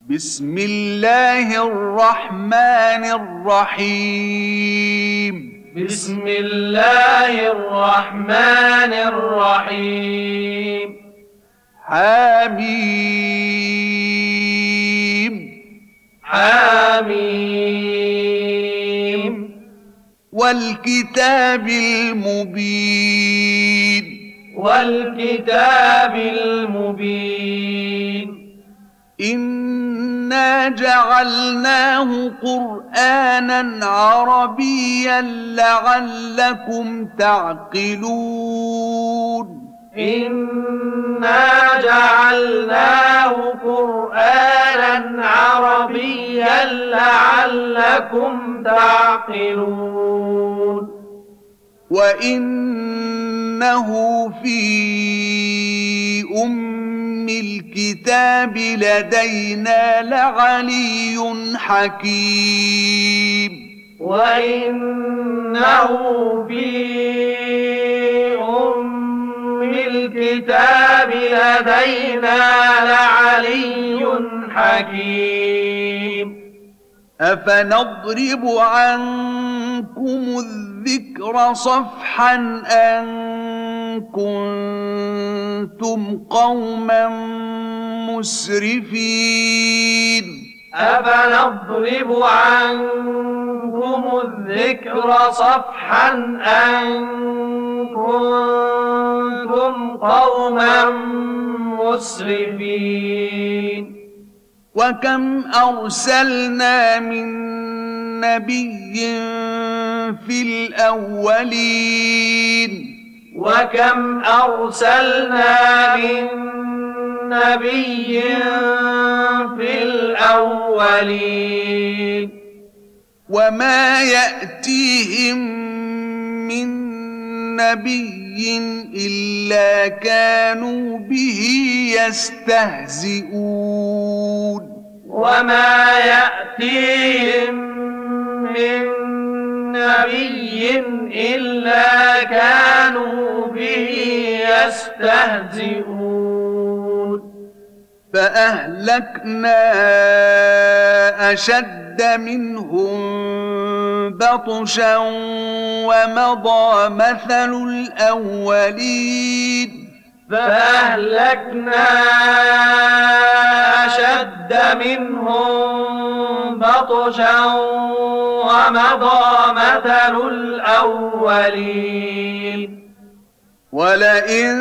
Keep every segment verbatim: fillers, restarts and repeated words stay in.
بسم الله الرحمن الرحيم بسم الله الرحمن الرحيم حميم حميم والكتاب المبين والكتاب المبين إنا جعلناه قرآنا عربيا لعلكم تعقلون إنا جعلناه قرآنا عربيا لعلكم تعقلون وإنه في أم الكتاب لدينا لعلي حكيم وإنه في أم الكتاب لدينا لعلي حكيم أفنضرب عنكم الذكر صفحا أن كنتم قوما مسرفين أفنضرب عنكم الذكر صفحا أن كنتم قوما مسرفين وكم أرسلنا من نبي في الأولين وكم أرسلنا من نبي في الأولين وما يأتيهم من نبي إلا كانوا به يستهزئون وما يأتيهم من نبي إلا كانوا به يستهزئون فأهلكنا أشد منهم بطشا ومضى مثل الأولين فأهلكنا أشد منهم بطشا ومضى مثل الأولين ولئن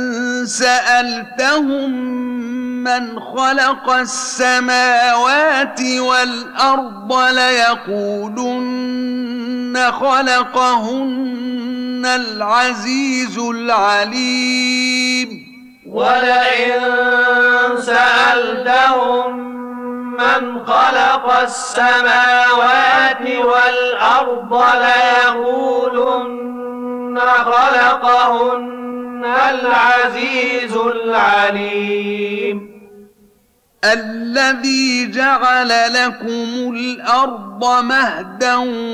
سألتهم من خلق السماوات والأرض ليقولن خلقهن العزيز العليم ولئن سألتهم من خلق السماوات والأرض ليقولن خلقهن العزيز العليم الذي جعل لكم الأرض مهدا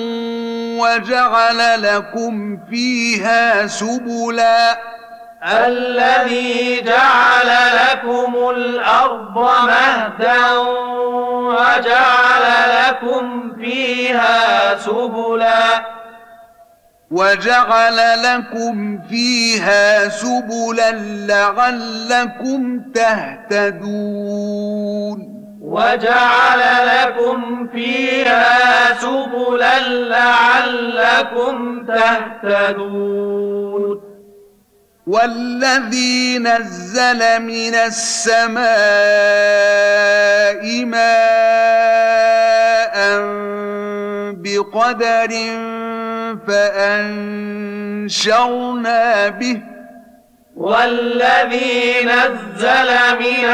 وجعل لكم فيها سبلا الذي جعل لكم الأرض مهدا وجعل لكم فيها سبلا وجعل لكم فيها سبلا لعلكم تهتدون وجعل لكم فيها سبلا لعلكم تهتدون والذي نزل من السماء ماء بقدر فأنشرنا به والذي نزل من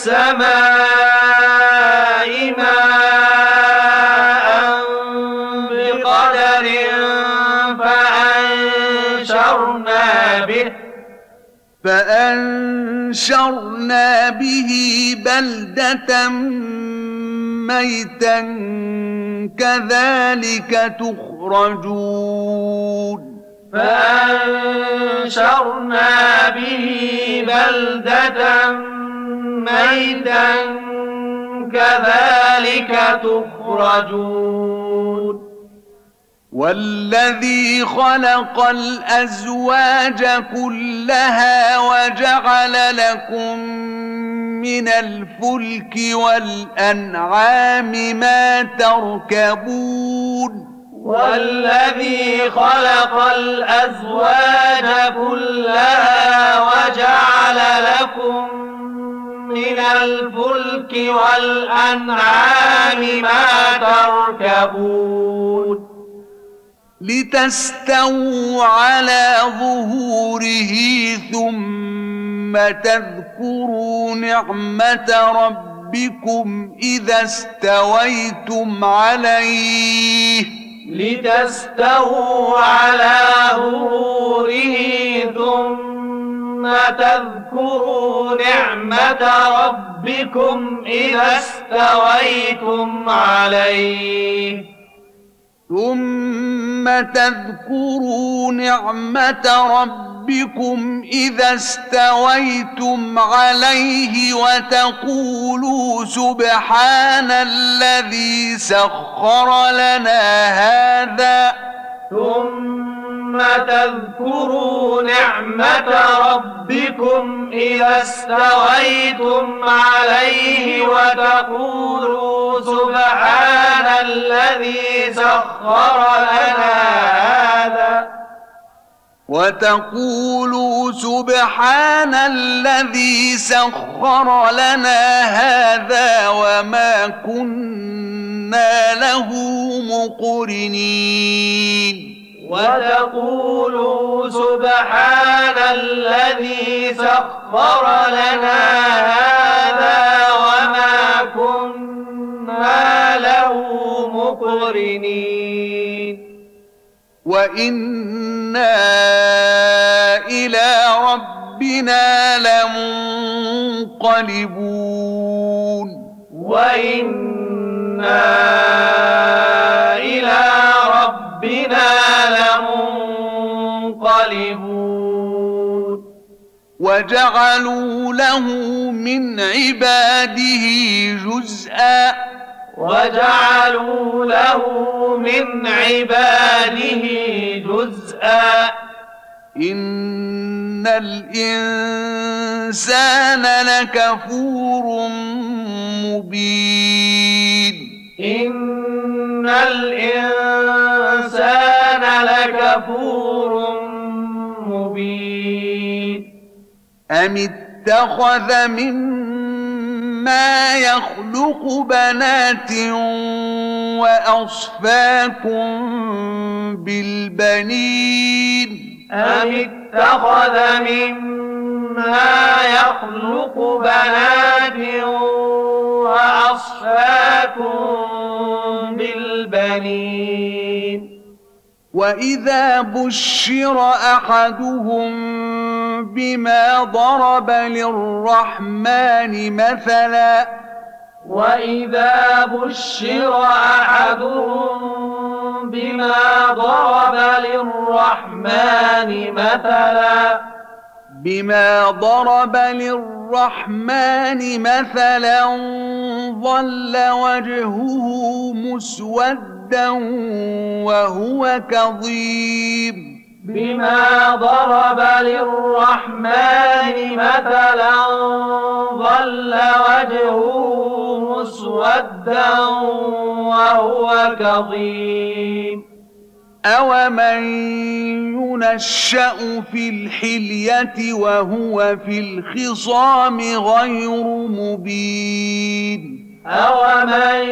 السماء ماء بقدر فأنشرنا به فأنشرنا به بلدة ميتا كذلك تخرجون فأنشرنا به بلدة ميتا كذلك تخرجون والذي خلق الأزواج كلها وجعل لكم من الفلك والأنعام ما تركبون والذي خلق الأزواج كلها وجعل لكم من الفلك والأنعام ما تركبون لتستووا على ظهوره ثم تذكروا نعمة ربكم إذا استويتم عليه لتستووا على ظهوره ثم تذكروا نعمة ربكم إذا استويتم عليه ثم تذكروا نعمة ربكم إذا استويتم عليه وتقولوا سبحان الذي سخر لنا هذا ثم تذكروا نعمة ربكم إذا استويتم عليه وتقولوا سبحان الذي سخر لنا هذا وتقولوا سبحان الذي سخر لنا هذا وما كنا له مقرنين وتقولوا سبحان الذي سخر لنا هذا وما كنا له مقرنين وإنا إلى ربنا لمنقلبون وإنا إلى ربنا لمنقلبون وجعلوا له من عباده جزءا وجعلوا له من عباده جزءا إن الإنسان لكفور مبين إن الإنسان لكفور مبين أم اتخذ مما يخلق بنات وأصفاكم بالبنين أم اتخذ مما يخلق بنات وأصفاكم بالبنين وإذا بشر أحدهم بما ضرب للرحمن مثلا وإذا بشر أحدهم بما ضرب للرحمن مثلا بما ضرب للرحمن مثلا ظل وجهه مسودا وهو كظيم بما ضرب للرحمن مثلا ظل وجهه مسودا وهو كظيم أومن ينشأ في الحلية وهو في الخصام غير مبين أومن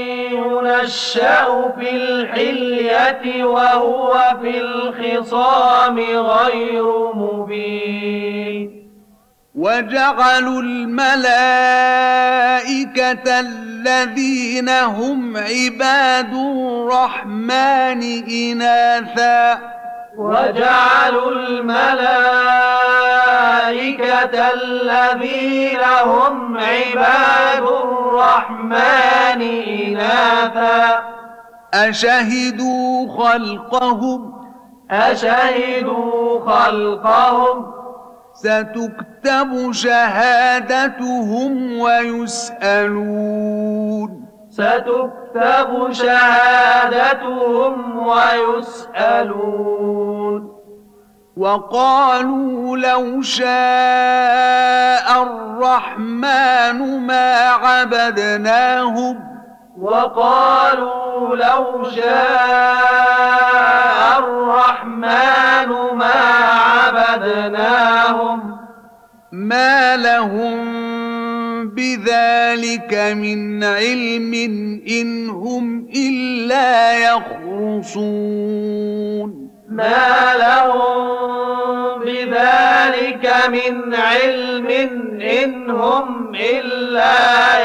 ينشأ في الحلية وهو في الخصام غير مبين وجعلوا الملائكة الذين هم عباد الرحمن إناثا وجعلوا الملائكة الذين هم عباد الرحمن إناثا أشهدوا خلقهم أشهدوا خلقهم ستكتب شهادتهم ويسألون ستكتب شهادتهم ويسألون وقالوا لو شاء الرحمن ما عبدناهم وقالوا لو شاء الرحمن ما عبدناهم ما لهم بذلك من علم إن هم إلا يخرصون ما لهم بذلك من علم إن هم إلا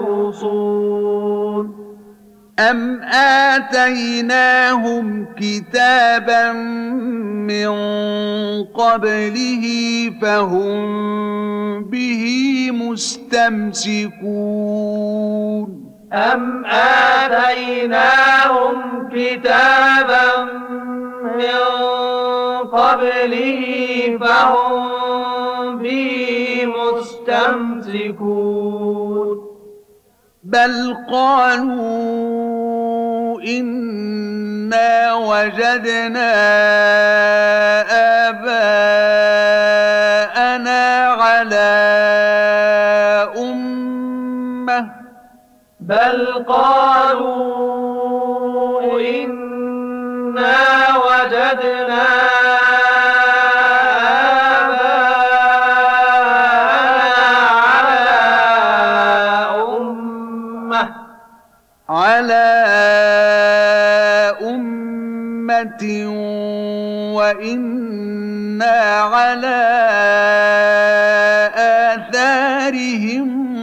يخرصون أم آتيناهم كتابا من قبله فهم به مستمسكون أم آتيناهم كتابا من قبله فهم به مستمسكون بل قالوا إنا وجدنا آباءنا على أمة بل قالوا إنا وجدنا على أمة وإنا على آثارهم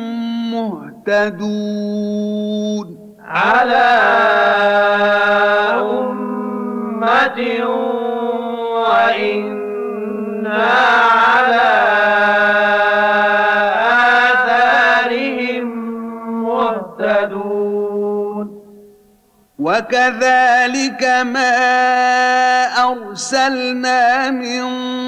مهتدون على أمة وإنا على آثارهم مهتدون وكذلك ما أرسلنا من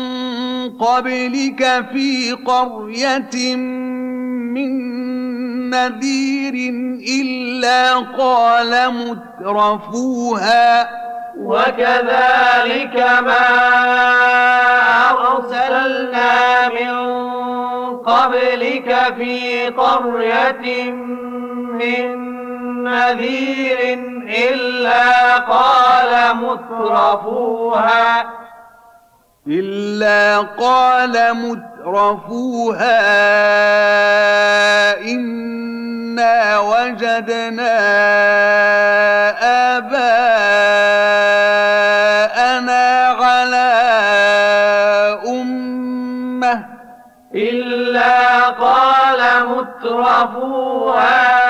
قبلك في قرية من نذير إلا قال مترفوها وكذلك ما أرسلنا من قبلك في قرية من نذير إلا قال مترفوها إلا قال مترفوها إنا وجدنا آباءنا على أمة إلا قال مترفوها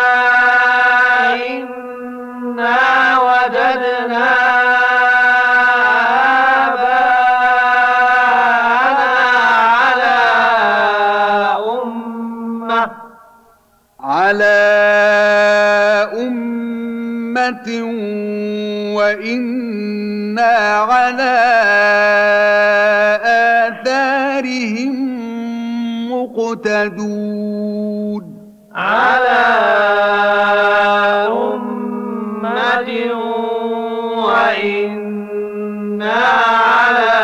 إنا وجدنا على أمة وإنا على آثارهم مقتدون على أمة وإنا على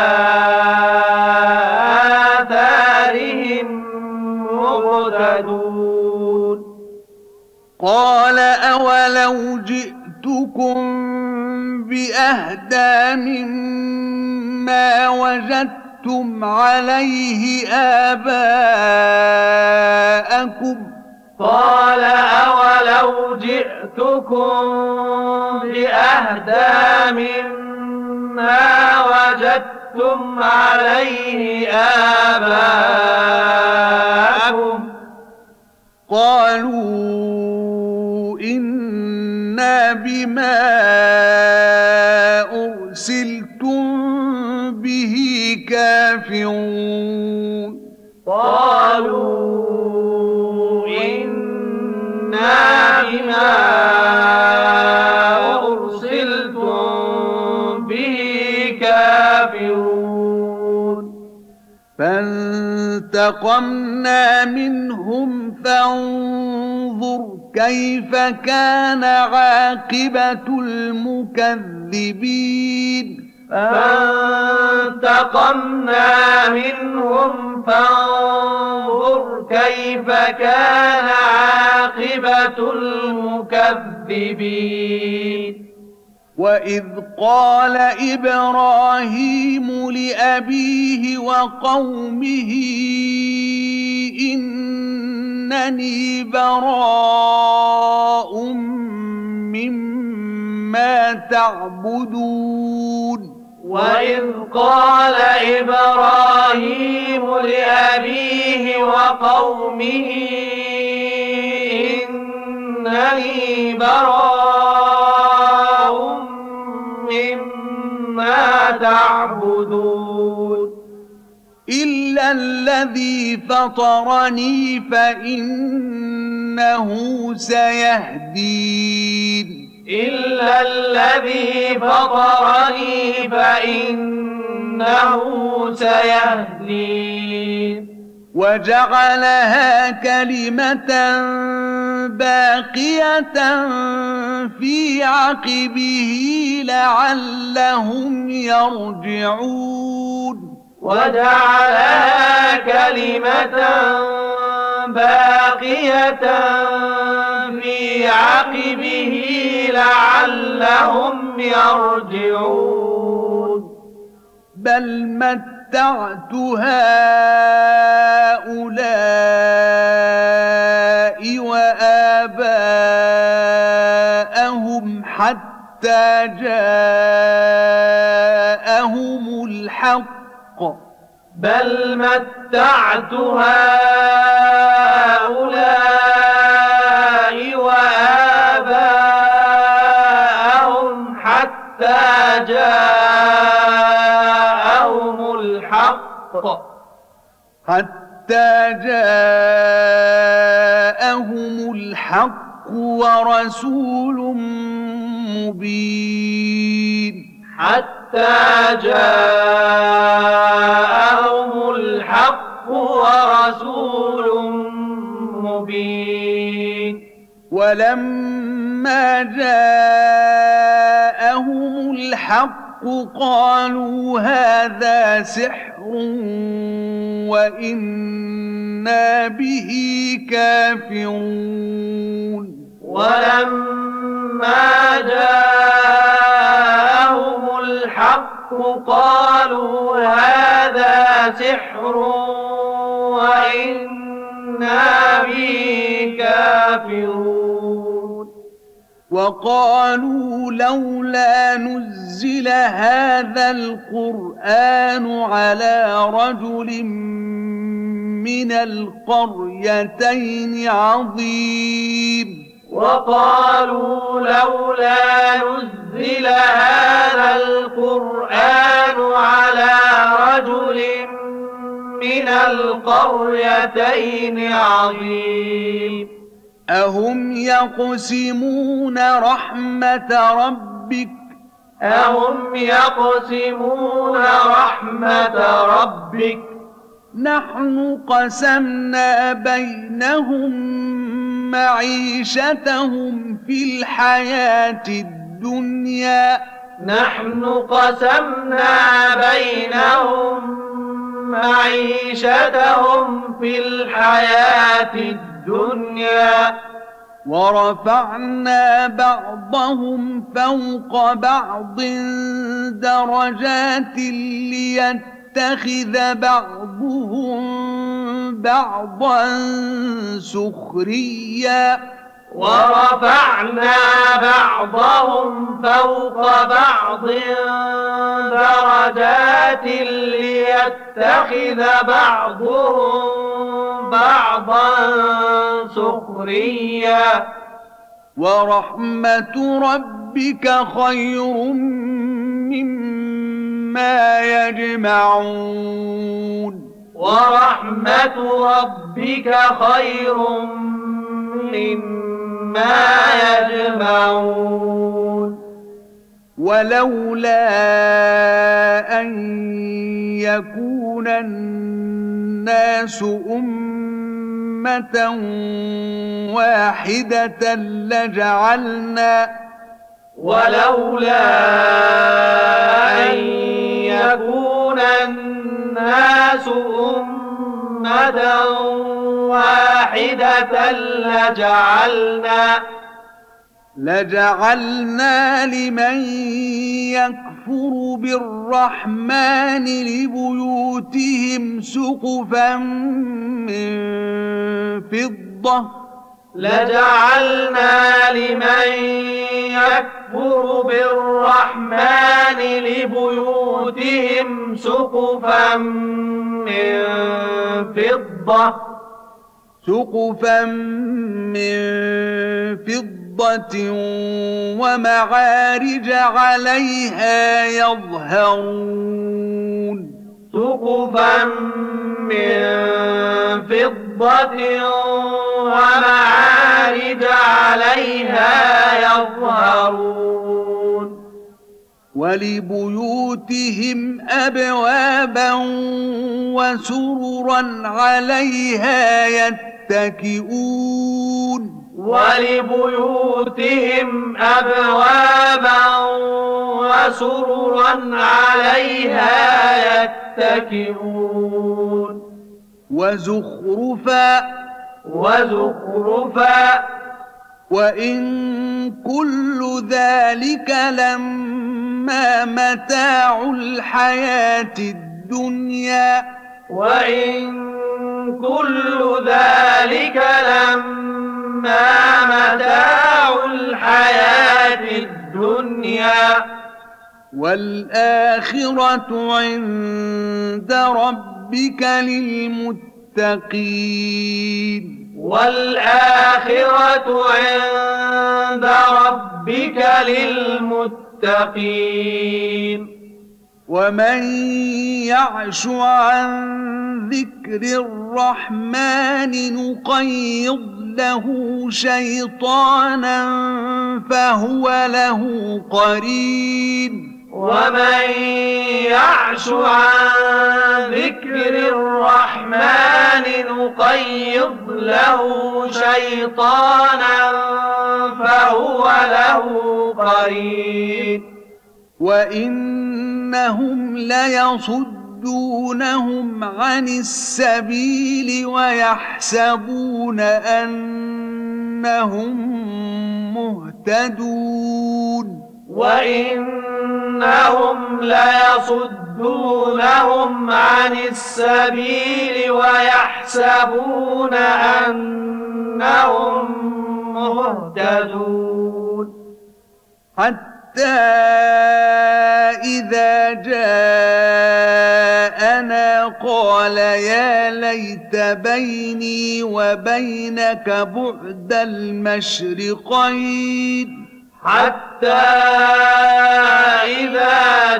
آثارهم مقتدون قال أولو جئتكم بأهدى مما وجدتم عليه آباءكم قال أولو جئتكم بأهدى مما وجدتم عليه آباءكم قالوا إنا بما أرسلتم به كافرون قالوا إنا بما أرسلتم به كافرون فانظروا فانتقمنا منهم فانظر كيف كان عاقبة المكذبين فانتقمنا منهم فانظر كيف كان عاقبة المكذبين وإذ قال إبراهيم لأبيه وقومه إنني براء مما تعبدون وإذ قال إبراهيم لأبيه وقومه إنني براء مما تعبدون إلا الذي فطرني فإنه سيهدين إلا الذي فطرني فإنه سيهدين وجعلها كلمة باقية في عقبه لعلهم يرجعون وجعلها كلمة باقية في عقبه لعلهم يرجعون بل متعت هؤلاء وآباءهم حتى جاءهم الحق بل متعت هؤلاء وآباءهم حتى جاءهم الحق حتى جاءهم الحق ورسول مبين حتى جاءهم الحق ورسول مبين ولما جاءهم الحق قالوا هذا سحر وإنا به كافرون ولما جاءهم الحق قالوا هذا سحر وإنا به كافرون وقالوا لولا نزل هذا القرآن على رجل من القريتين عظيم وقالوا لولا نزل هذا القرآن على رجل من القريتين عظيم أهم يقسمون رحمة ربك أهم يقسمون رحمة ربك نحن قسمنا بينهم معيشتهم في الحياة الدنيا نحن قسمنا بينهم معيشتهم في الحياة الدنيا ورفعنا بعضهم فوق بعض درجات ليتخذ بعضهم بعضا سخريا ورفعنا بعضهم فوق بعض درجات ليتخذ بعضهم بعضا سخريا ورحمة ربك خير مما يجمعون ورحمة ربك خير مما يجمعون ولولا أن يكون الناس أمة واحدة لجعلنا ولولا أن يكون الناس أمة واحدة لجعلنا لجعلنا لمن يكفر بالرحمن لبيوتهم سقفا من فضة لجعلنا لمن يكفر بالرحمن لبيوتهم سقفا من فضة سقفا من فضة ومعارج عليها يظهرون سقفا من فضة ومعارج عليها يظهرون ولبيوتهم أبوابا وسررا عليها يتكئون ولبيوتهم أبوابا وسررا عليها يتكئون وزخرفا وزخرفا وإن كل ذلك لما متاع الحياة الدنيا وإن كل ذلك لما متاع الحياة الدنيا والآخرة عند ربك للمتقين والآخرة عند ربك للمتقين ومن يعش عن ذكر الرحمن نقيض له شيطانا فهو له قرين ومن يعش عن ذكر الرحمن نقيض له شيطانا فهو له قرين وإنهم ليصدونهم عن السبيل ويحسبون أنهم مهتدون وإنهم ليصدونهم عن السبيل ويحسبون أنهم مهتدون حتى إذا جاءنا قال يا ليت بيني وبينك بعد المشرقين حتى إذا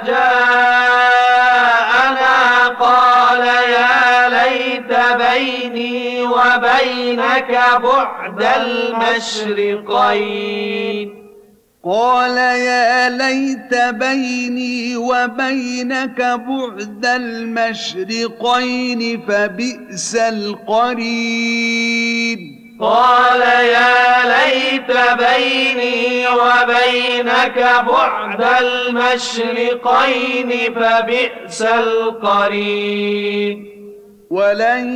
جاءنا قال يا ليت بيني وبينك بعد المشرقين قال يا ليت بيني وبينك بعد المشرقين فبئس القرين قال يا ليت بيني وبينك بعد المشرقين فبئس القرين ولن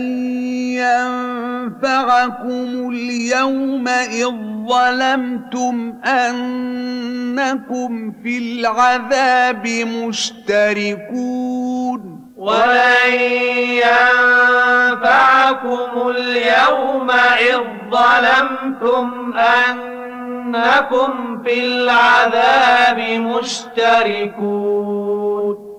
ينفعكم اليوم إذ ظلمتم أنكم في العذاب مشتركون ولن ينفعكم اليوم إذ ظلمتم أنكم في العذاب مشتركون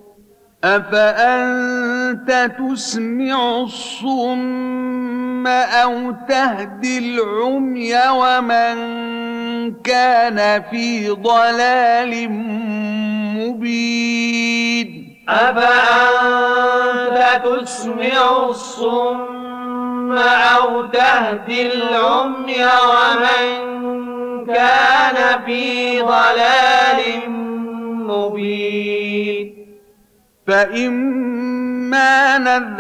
أفأنت تسمع الصم أو تهدي العمي ومن كان في ضلال مبين أفأنت تسمع الصم أو تهدي العمي ومن كان في ضلال مبين فإما فإما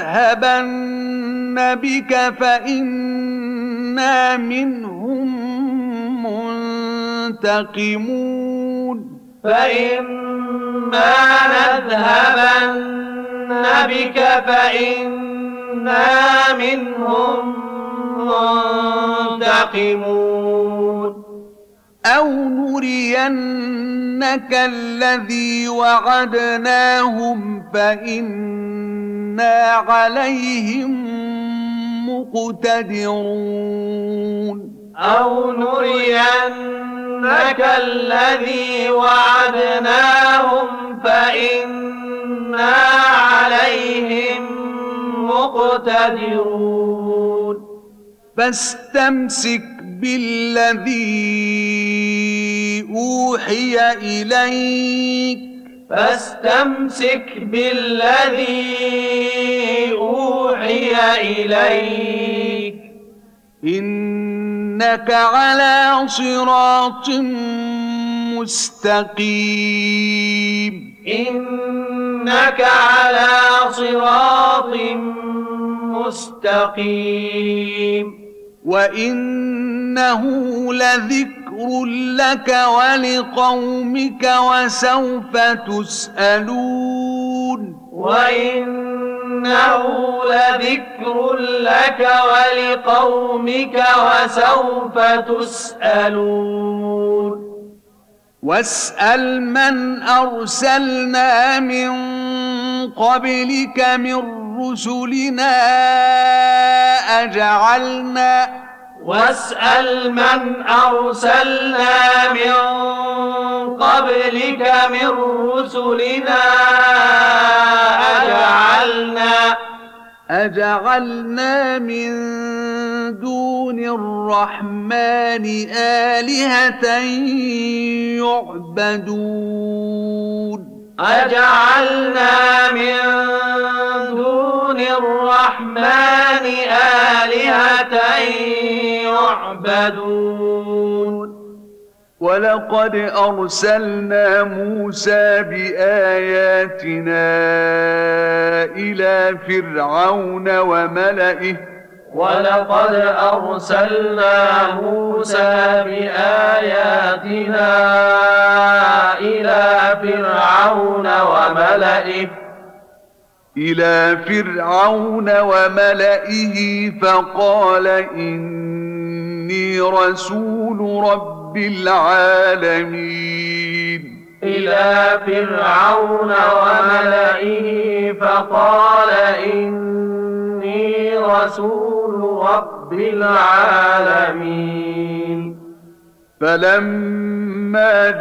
نذهبن بك فإنا منهم منتقمون فإما نذهبن بك فإنا منهم منتقمون أو نرينك الذي وعدناهم فإنا عليهم مقتدرون أو نرينك الذي وعدناهم فإنا عليهم مقتدرون فاستمسك بالذي أوحي إليك فاستمسك بالذي أوحي إليك إنك على صراط مستقيم إنك على صراط مستقيم وإنه لذكر لك ولقومك وسوف تسألون وإنه لذكر لك ولقومك وسوف تسألون واسأل من أرسلنا من قبلك من رسلنا أجعلنا واسأل من أرسلنا من قبلك من رسلنا أجعلنا أجعلنا من دون الرحمن آلهة يعبدون أجعلنا من دون الرحمن آلهة يعبدون ولقد أرسلنا موسى بآياتنا إلى فرعون وملئه ولقد أرسلنا موسى بآياتنا إلى فرعون وملئه إلى فرعون وملئه فقال إني رسول رب العالمين إلى فرعون وملئه فقال إني رسول رب العالمين فلما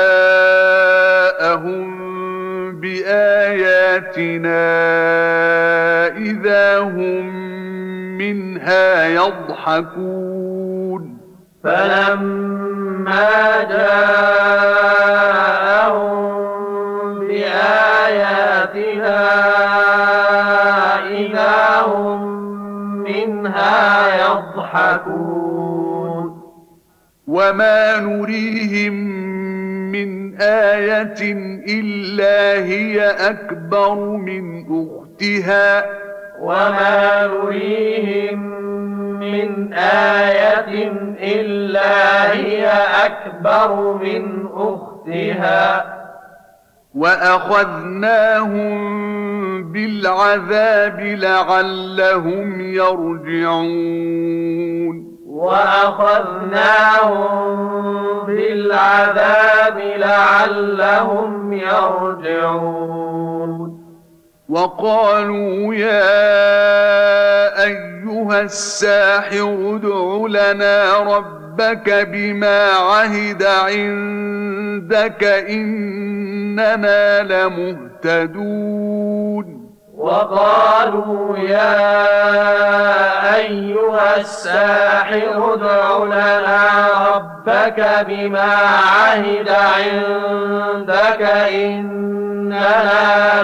جاءهم بآياتنا إذا هم منها يضحكون فلما جاءهم بآياتنا إذا هم منها يضحكون وما نريهم من آية إلا هي أكبر من أختها وما نريهم من آية إلا هي أكبر من أختها وأخذناهم بالعذاب لعلهم يرجعون وأخذناهم بالعذاب لعلهم يرجعون وقالوا يا أيها الساحر ادع لنا ربك بما عهد عندك إننا لمهتدون وقالوا يا أيها الساحر ادع لنا ربك بما عهد عندك إننا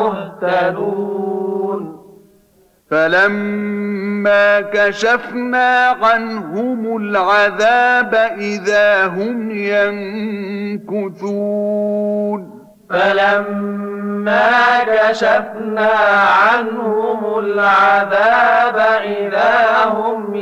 لمهتدون فلما كشفنا عنهم العذاب إذا هم ينكثون فلما كشفنا عنهم العذاب إذا هم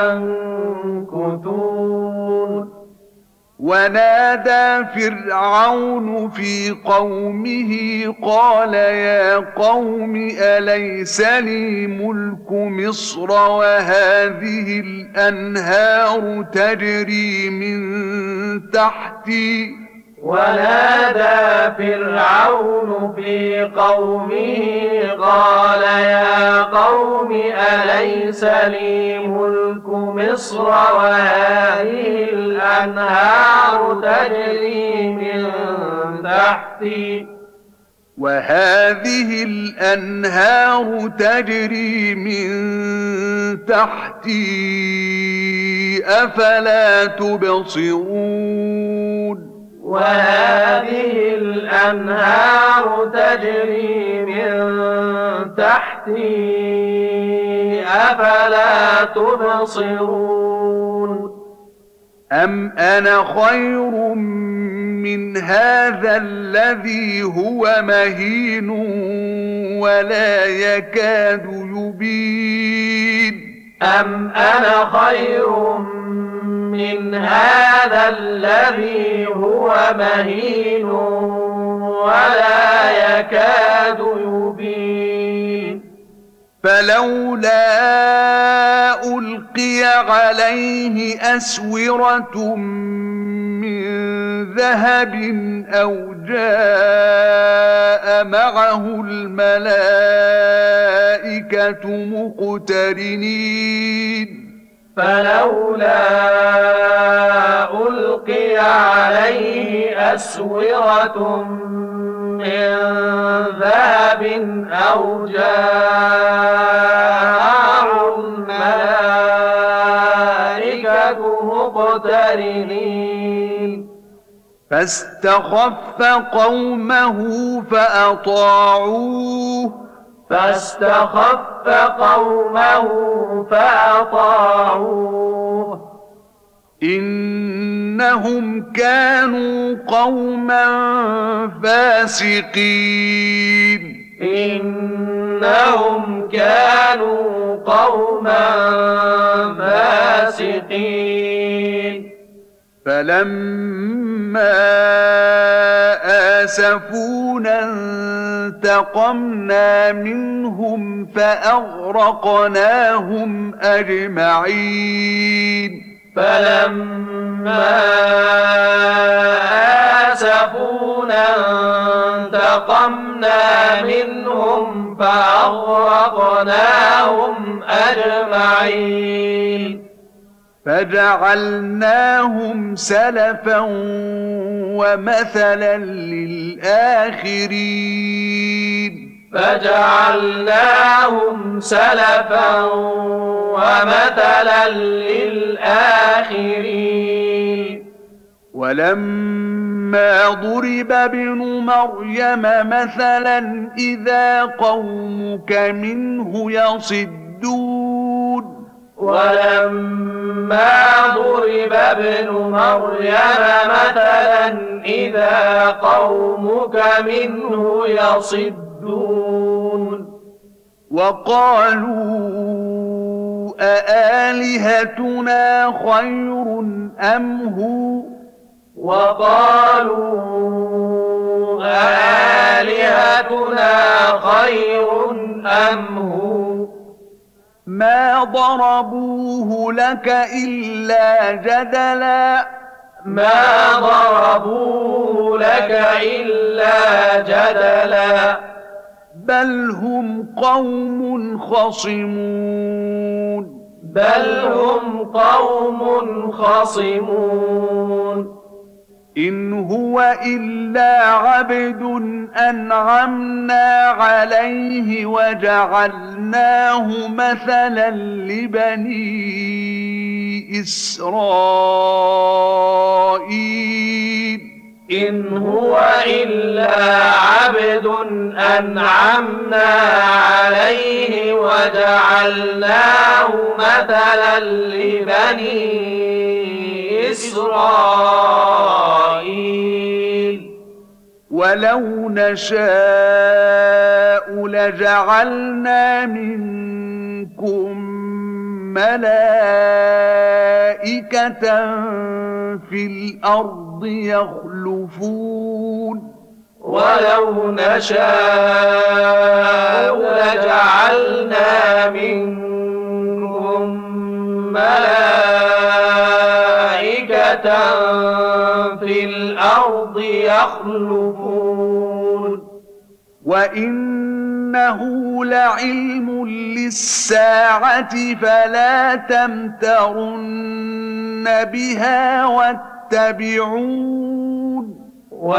ينكثون ونادى فرعون في قومه قال يا قوم أليس لي ملك مصر وهذه الأنهار تجري من تحتي ونادى فرعون في قومه قال يا قوم أليس لي ملك مصر وهذه الأنهار تجري من تحتي وهذه الأنهار تجري من تحتي أفلا تبصرون وهذه الأنهار تجري من تحتي أفلا تبصرون أم أنا خير من هذا الذي هو مهين ولا يكاد يبين أم أنا خير من هذا الذي هو مهين ولا يكاد يبين فلولا ألقي عليه أسورة من ذهب أو جاء معه الملائكة مقترنين فلولا ألقي عليه أسورة من ذهب أو جاء الملائكة مقترنين فاستخف قومه فأطاعوه فاستخف قومه فأطاعوه إنهم كانوا قوما فاسقين إنهم كانوا قوما فاسقين فلما آسفونا انتقمنا منهم فأغرقناهم أجمعين فلما آسفونا انتقمنا منهم فأغرقناهم أجمعين فجعلناهم سلفا ومثلا للآخرين فجعلناهم سلفا ومثلا للآخرين ولما ضرب ابن مريم مثلا إذا قومك منه يصدون ولما ضرب ابن مريم مثلا إذا قومك منه يصدون وقالوا أآلهتنا خير أم هو وقالوا أآلهتنا خير أم هو ما ضربوه لك إلا جدلا ما ضربوه لك إلا جدلا بل هم قوم خصمون بل هم قوم خصمون إن هو إلا عبد أنعمنا عليه وجعلناه مثلا لبني إسرائيل إن هو إلا عبد أنعمنا عليه وجعلناه مثلا لبني إسرائيل ولو نشاء لجعلنا منكم ملائكة في الأرض يخلفون ولو نشاء لجعلنا منكم ملائكة في الأرض يخلفون وإنه لعلم للساعة فلا تمترن بها واتبعون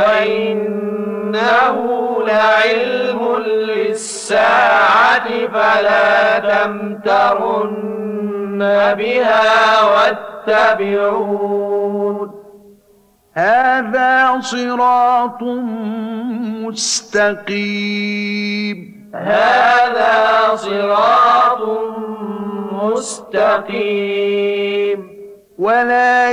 وإنه لعلم للساعة فلا تمترن بها واتبعون هذا صراط مستقيم هذا صراط مستقيم ولا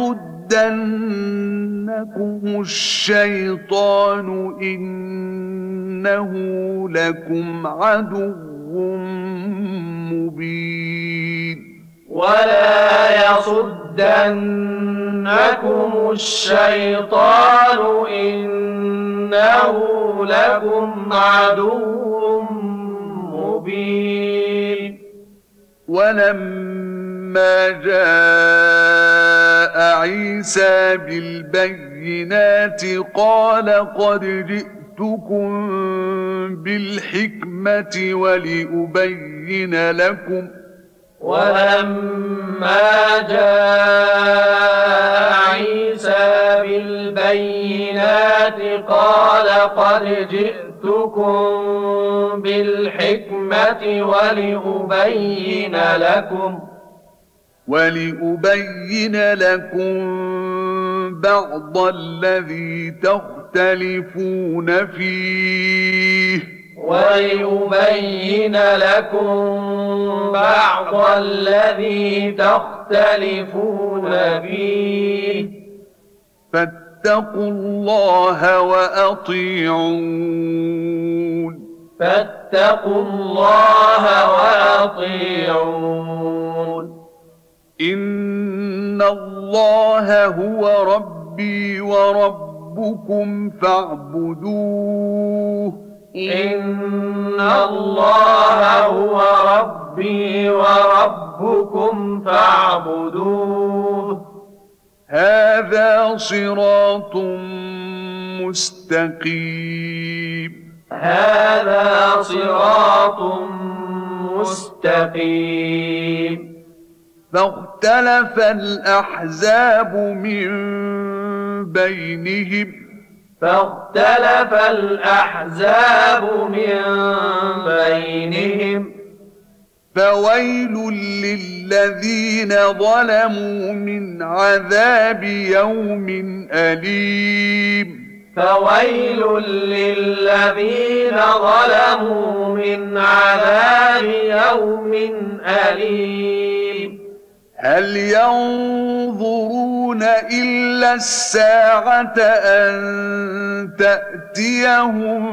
يصدنكم الشيطان إنه لكم عدو مبين ولا يصدنكم الشيطان إنه لكم عدو مبين ولما جاء عيسى بالبينات قال قد جئتكم بالحكمة ولأبين لكم ولما جاء عيسى بالبينات قال قد جئتكم بالحكمة ولأبين لكم ولأبين لكم بعض الذي تختلفون فيه وليبين لكم بعض الذي تختلفون فيه فاتقوا الله وأطيعون فاتقوا الله وأطيعون إن الله هو ربي وربكم فاعبدوه إن الله هو ربي وربكم فاعبدوه هذا صراط مستقيم هذا صراط مستقيم فاختلف الأحزاب من بينهم فاختلف الأحزاب من بينهم فويل للذين ظلموا من عذاب يوم أليم فويل للذين ظلموا من عذاب يوم أليم هل ينظرون إلا الساعة أن تأتيهم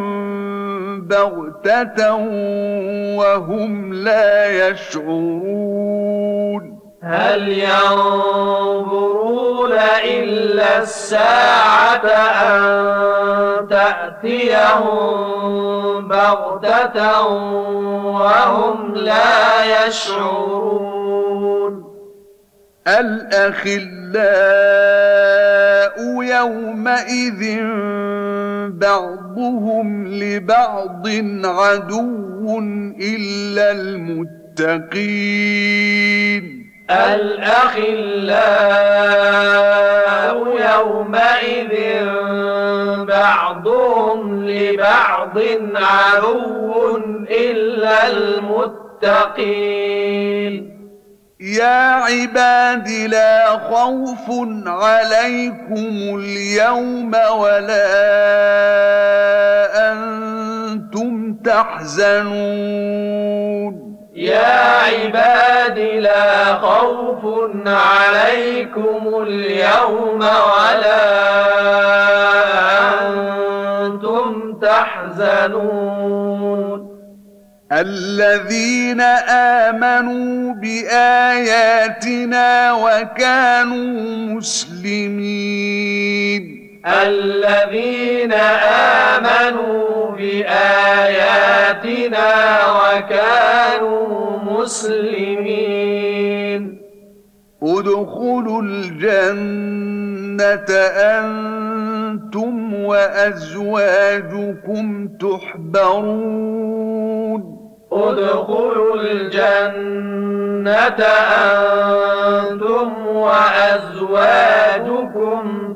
بغتة وهم لا يشعرون هل ينظرون إلا الساعة أن تأتيهم بغتة وهم لا يشعرون الأخلاء يومئذ بعضهم لبعض عدو إلا المتقين الأخلاء يومئذ بعضهم لبعض عدو إلا المتقين يا عباد لا خوف عليكم اليوم ولا أنتم تحزنون يا عباد لا خوف عليكم اليوم ولا يحزنون الذين آمنوا بآياتنا وكانوا مسلمين الذين آمنوا بآياتنا وكانوا مسلمين ادخلوا الجنة أنتم وأزواجكم تحبرون ادخلوا الجنة أنتم وأزواجكم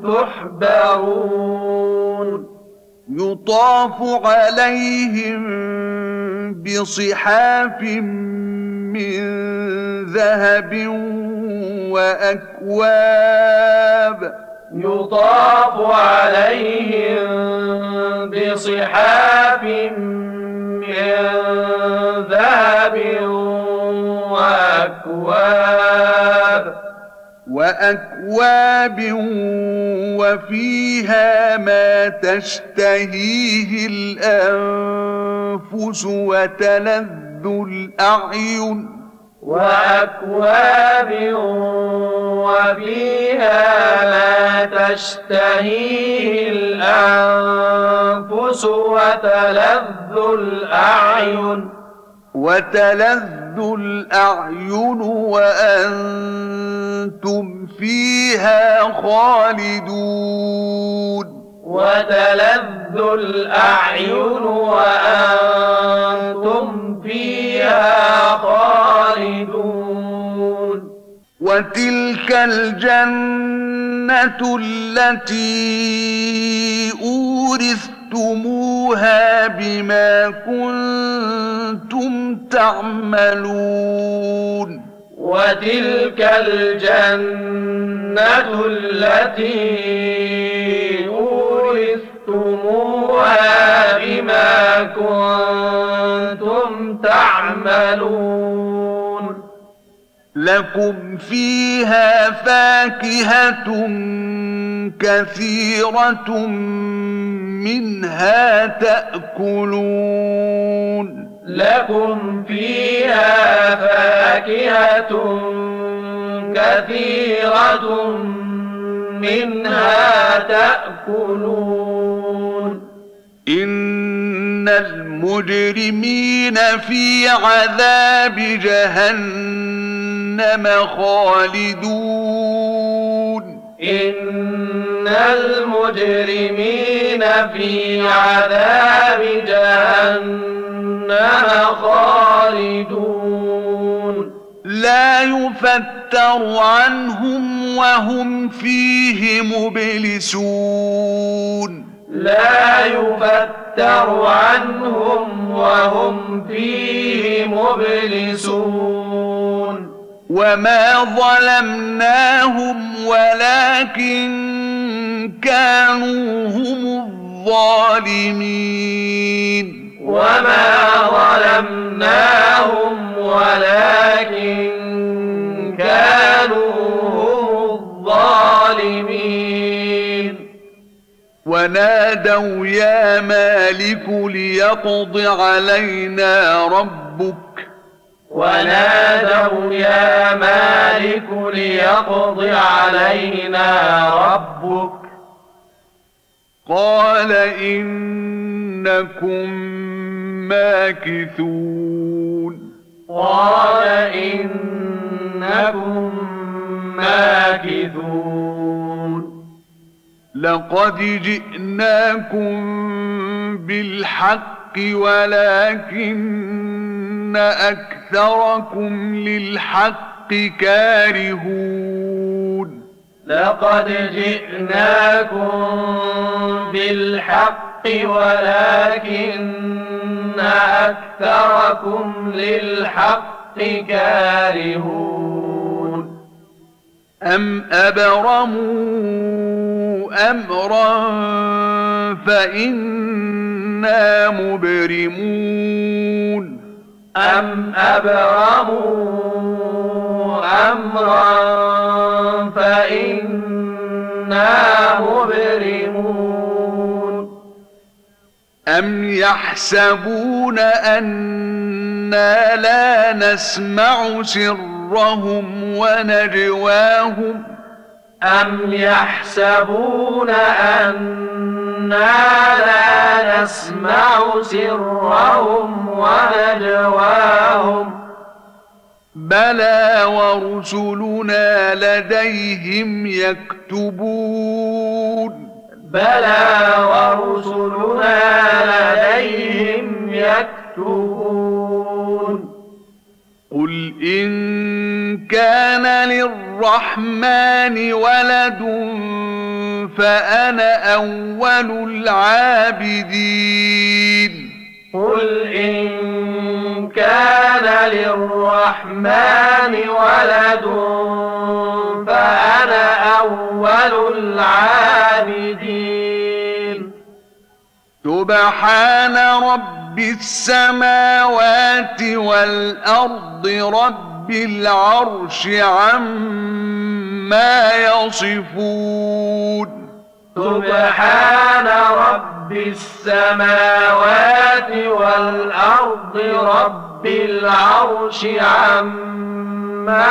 تحبرون يطاف عليهم بصحاف من ذهب وأكواب يطاف عليهم بصحاف من ذهب وأكواب وأكواب وفيها ما تشتهيه الأنفس وتلذ الأعين وأكواب وفيها ما تشتهيه الأنفس وتلذ الأعين وتلذ الأعين وأنتم فيها خالدون وتلذ الأعين وأنتم فيها خالدون وتلك الجنة التي أورثتموها بما كنتم تعملون وتلك الجنة التي أورثتموها بما كنتم تعملون لكم فيها فاكهة كثيرة منها تأكلون لكم فيها فاكهة كثيرة منها تأكلون إن المجرمين في عذاب جهنم خالدون إن المجرمين في عذاب جهنم خالدون لا يفتر عنهم وهم فيه مبلسون لا يفتر عنهم وهم فيه مبلسون وما ظلمناهم ولكن كانوا هم الظالمين وما ظلمناهم ولكن كانوا هم الظالمين ونادوا يا مالك ليقض علينا ربك ونادوا يا مالك ليقض علينا ربك قال إنكم ماكثون قال إنكم ماكثون لقد جئناكم بالحق ولكن أكثركم للحق كارهون لقد جئناكم بالحق ولكن أكثركم للحق كارهون أم أبرموا أمرا فإنا مبرمون أم أبرموا أمرا فإنا مبرمون أم يحسبون أنا لا نسمع سرهم ونجواهم أم يحسبون أنا لا نسمع سرهم ونجواهم بلى ورسلنا لديهم يكتبون بلى ورسلنا لديهم يكتبون قل إن كان للرحمن ولد فأنا أول العابدين قل إن كان للرحمن ولد فأنا أول العابدين سبحان رب السماوات والأرض رب العرش عما يصفون سبحان رب السماوات والأرض رب العرش عما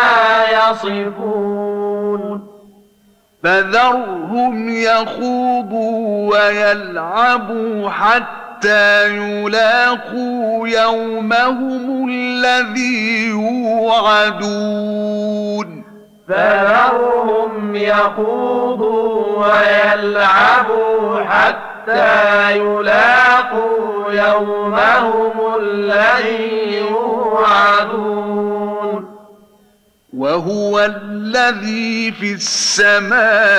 يصفون فذرهم يخوضوا ويلعبوا حتى يلاقوا يومهم الذي يوعدون فذرهم يخوضوا ويلعبوا حتى يلاقوا يومهم الذي يوعدون وهو الذي في السماء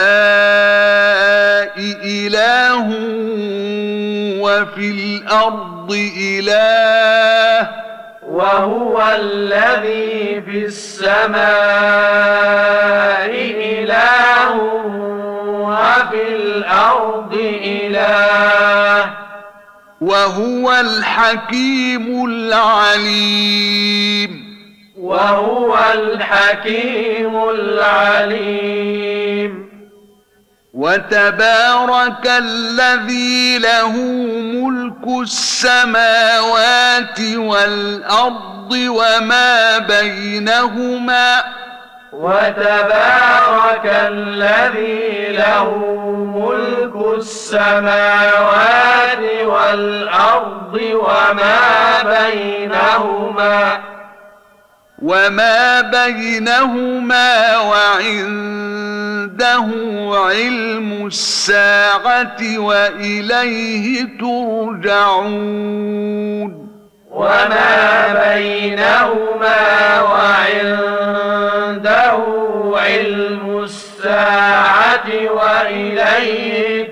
إله وفي الأرض إله وهو الذي في السماء إله وفي الأرض إله وهو الحكيم العليم وهو الحكيم العليم وتبارك الذي له ملك السماوات والأرض وما بينهما وتبارك الذي له ملك السماوات والأرض وما بينهما وما بينهما وعنده علم الساعة وإليه ترجعون وما بينهما وعنده علم الساعة وإليه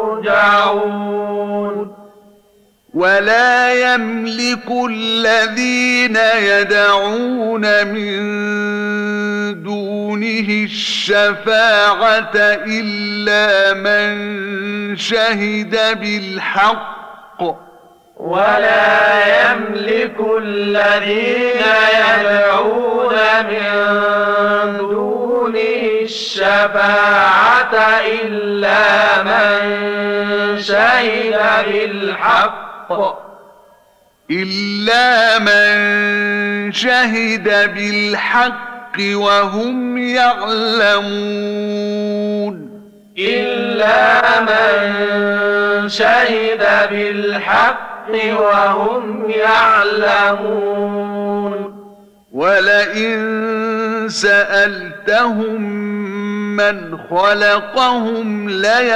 ترجعون ولا يملك الذين يدعون من دونه الشفاعة إلا من شهد بالحق ولا يملك الذين يدعون من دونه الشفاعة إلا من شهد بالحق إلا من شهد بالحق وهم يعلمون إلا من شهد بالحق وهم يعلمون ولئن سألتهم من خلقهم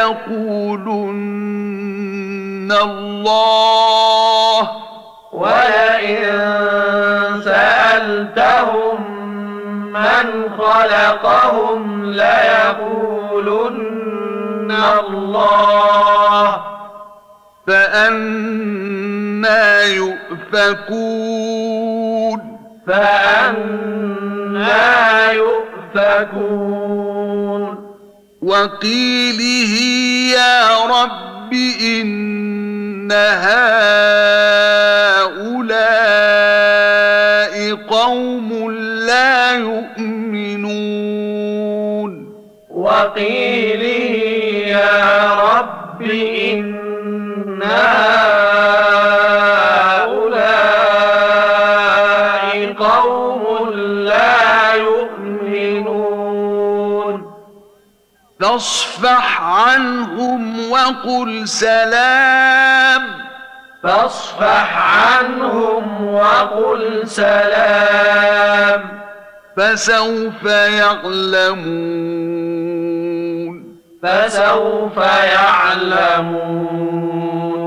ليقولن الله ولئن سألتهم من خلقهم ليقولن الله فأنى يؤفكون فأنى يؤفكون وقيله يا رب إن هؤلاء قوم لا يؤمنون وقيله يا رب إن هؤلاء فاصفح عنهم وقل سلام فاصفح عنهم وقل سلام فسوف يعلمون فسوف يعلمون